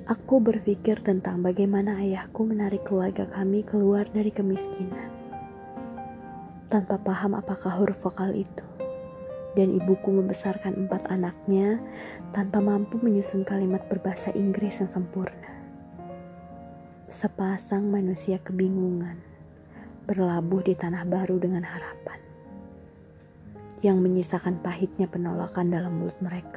Aku berpikir tentang bagaimana ayahku menarik keluarga kami keluar dari kemiskinan. Tanpa paham apakah huruf vokal itu. Dan ibuku membesarkan 4 anaknya tanpa mampu menyusun kalimat berbahasa Inggris yang sempurna. Sepasang manusia kebingungan, berlabuh di tanah baru dengan harapan, yang menyisakan pahitnya penolakan dalam mulut mereka.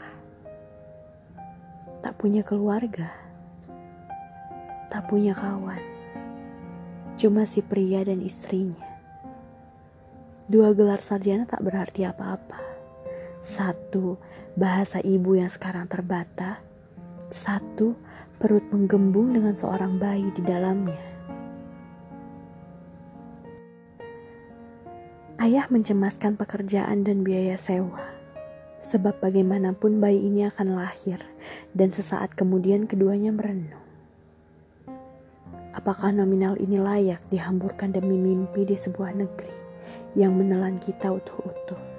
Tak punya keluarga, tak punya kawan, cuma si pria dan istrinya. 2 gelar sarjana tak berarti apa-apa. 1, bahasa ibu yang sekarang terbata. 1, perut menggembung dengan seorang bayi di dalamnya. Ayah mencemaskan pekerjaan dan biaya sewa. Sebab bagaimanapun bayi ini akan lahir dan sesaat kemudian keduanya merenung. Apakah nominal ini layak dihamburkan demi mimpi di sebuah negeri yang menelan kita utuh-utuh?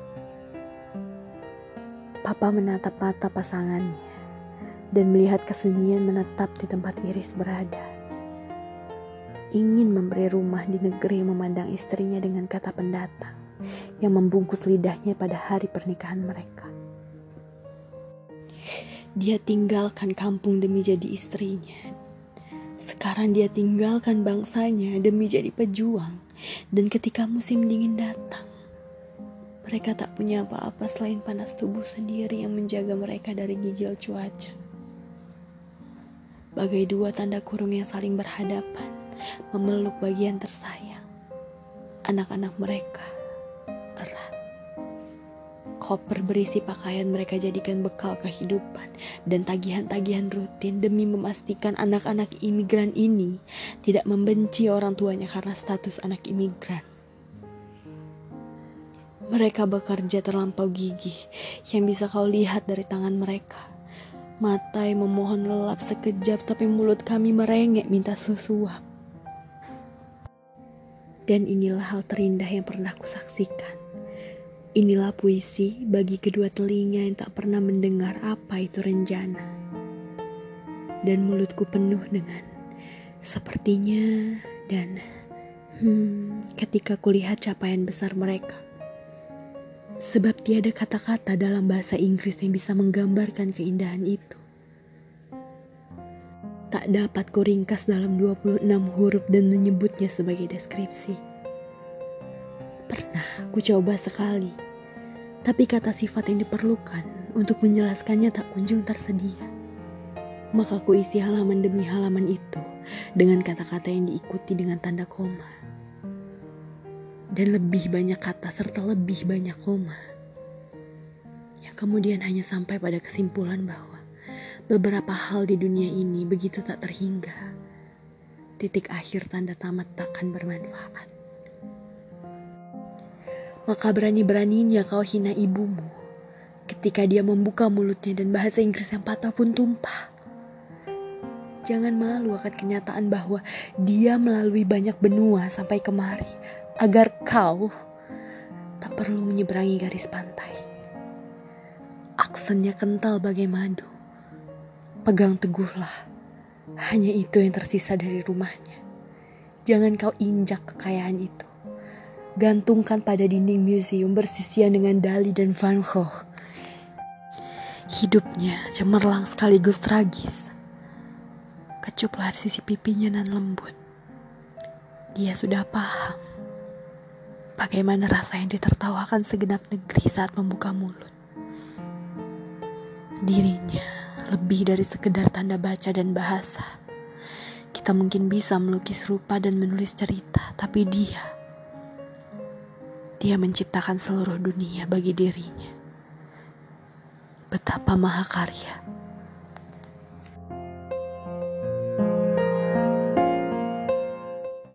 Papa menatap mata pasangannya dan melihat kesunyian menetap di tempat Iris berada. Ingin memberi rumah di negeri yang memandang istrinya dengan kata pendatang yang membungkus lidahnya pada hari pernikahan mereka. Dia tinggalkan kampung demi jadi istrinya. Sekarang dia tinggalkan bangsanya demi jadi pejuang. Dan ketika musim dingin datang, mereka tak punya apa-apa selain panas tubuh sendiri yang menjaga mereka dari gigil cuaca. Bagai 2 tanda kurung yang saling berhadapan, memeluk bagian tersayang, anak-anak mereka erat. Koper berisi pakaian mereka jadikan bekal kehidupan dan tagihan-tagihan rutin demi memastikan anak-anak imigran ini tidak membenci orang tuanya karena status anak imigran. Mereka bekerja terlampau gigih yang bisa kau lihat dari tangan mereka. Mata yang memohon lelap sekejap tapi mulut kami merengek minta sesuap. Dan inilah hal terindah yang pernah kusaksikan. Inilah puisi bagi kedua telinga yang tak pernah mendengar apa itu rencana. Dan mulutku penuh dengan sepertinya dan ketika kulihat capaian besar mereka. Sebab tiada kata-kata dalam bahasa Inggris yang bisa menggambarkan keindahan itu. Tak dapat kuringkas dalam 26 huruf dan menyebutnya sebagai deskripsi. Pernah ku coba sekali, tapi kata sifat yang diperlukan untuk menjelaskannya tak kunjung tersedia. Maka ku isi halaman demi halaman itu dengan kata-kata yang diikuti dengan tanda koma. Dan lebih banyak kata serta lebih banyak koma. Yang kemudian hanya sampai pada kesimpulan bahwa beberapa hal di dunia ini begitu tak terhingga. Titik akhir tanda tamat takkan bermanfaat. Maka berani-beraninya kau hina ibumu ketika dia membuka mulutnya dan bahasa Inggris yang patah pun tumpah. Jangan malu akan kenyataan bahwa dia melalui banyak benua sampai kemari agar kau tak perlu menyeberangi garis pantai. Aksennya kental bagai madu. Pegang teguhlah. Hanya itu yang tersisa dari rumahnya. Jangan kau injak kekayaan itu. Gantungkan pada dinding museum bersisian dengan Dali dan Van Gogh. Hidupnya cemerlang sekaligus tragis. Kecup live sisi pipinya nan lembut. Dia sudah paham bagaimana rasa yang ditertawakan segenap negeri saat membuka mulut. Dirinya lebih dari sekedar tanda baca dan bahasa. Kita mungkin bisa melukis rupa dan menulis cerita, tapi dia menciptakan seluruh dunia bagi dirinya. Betapa mahakarya.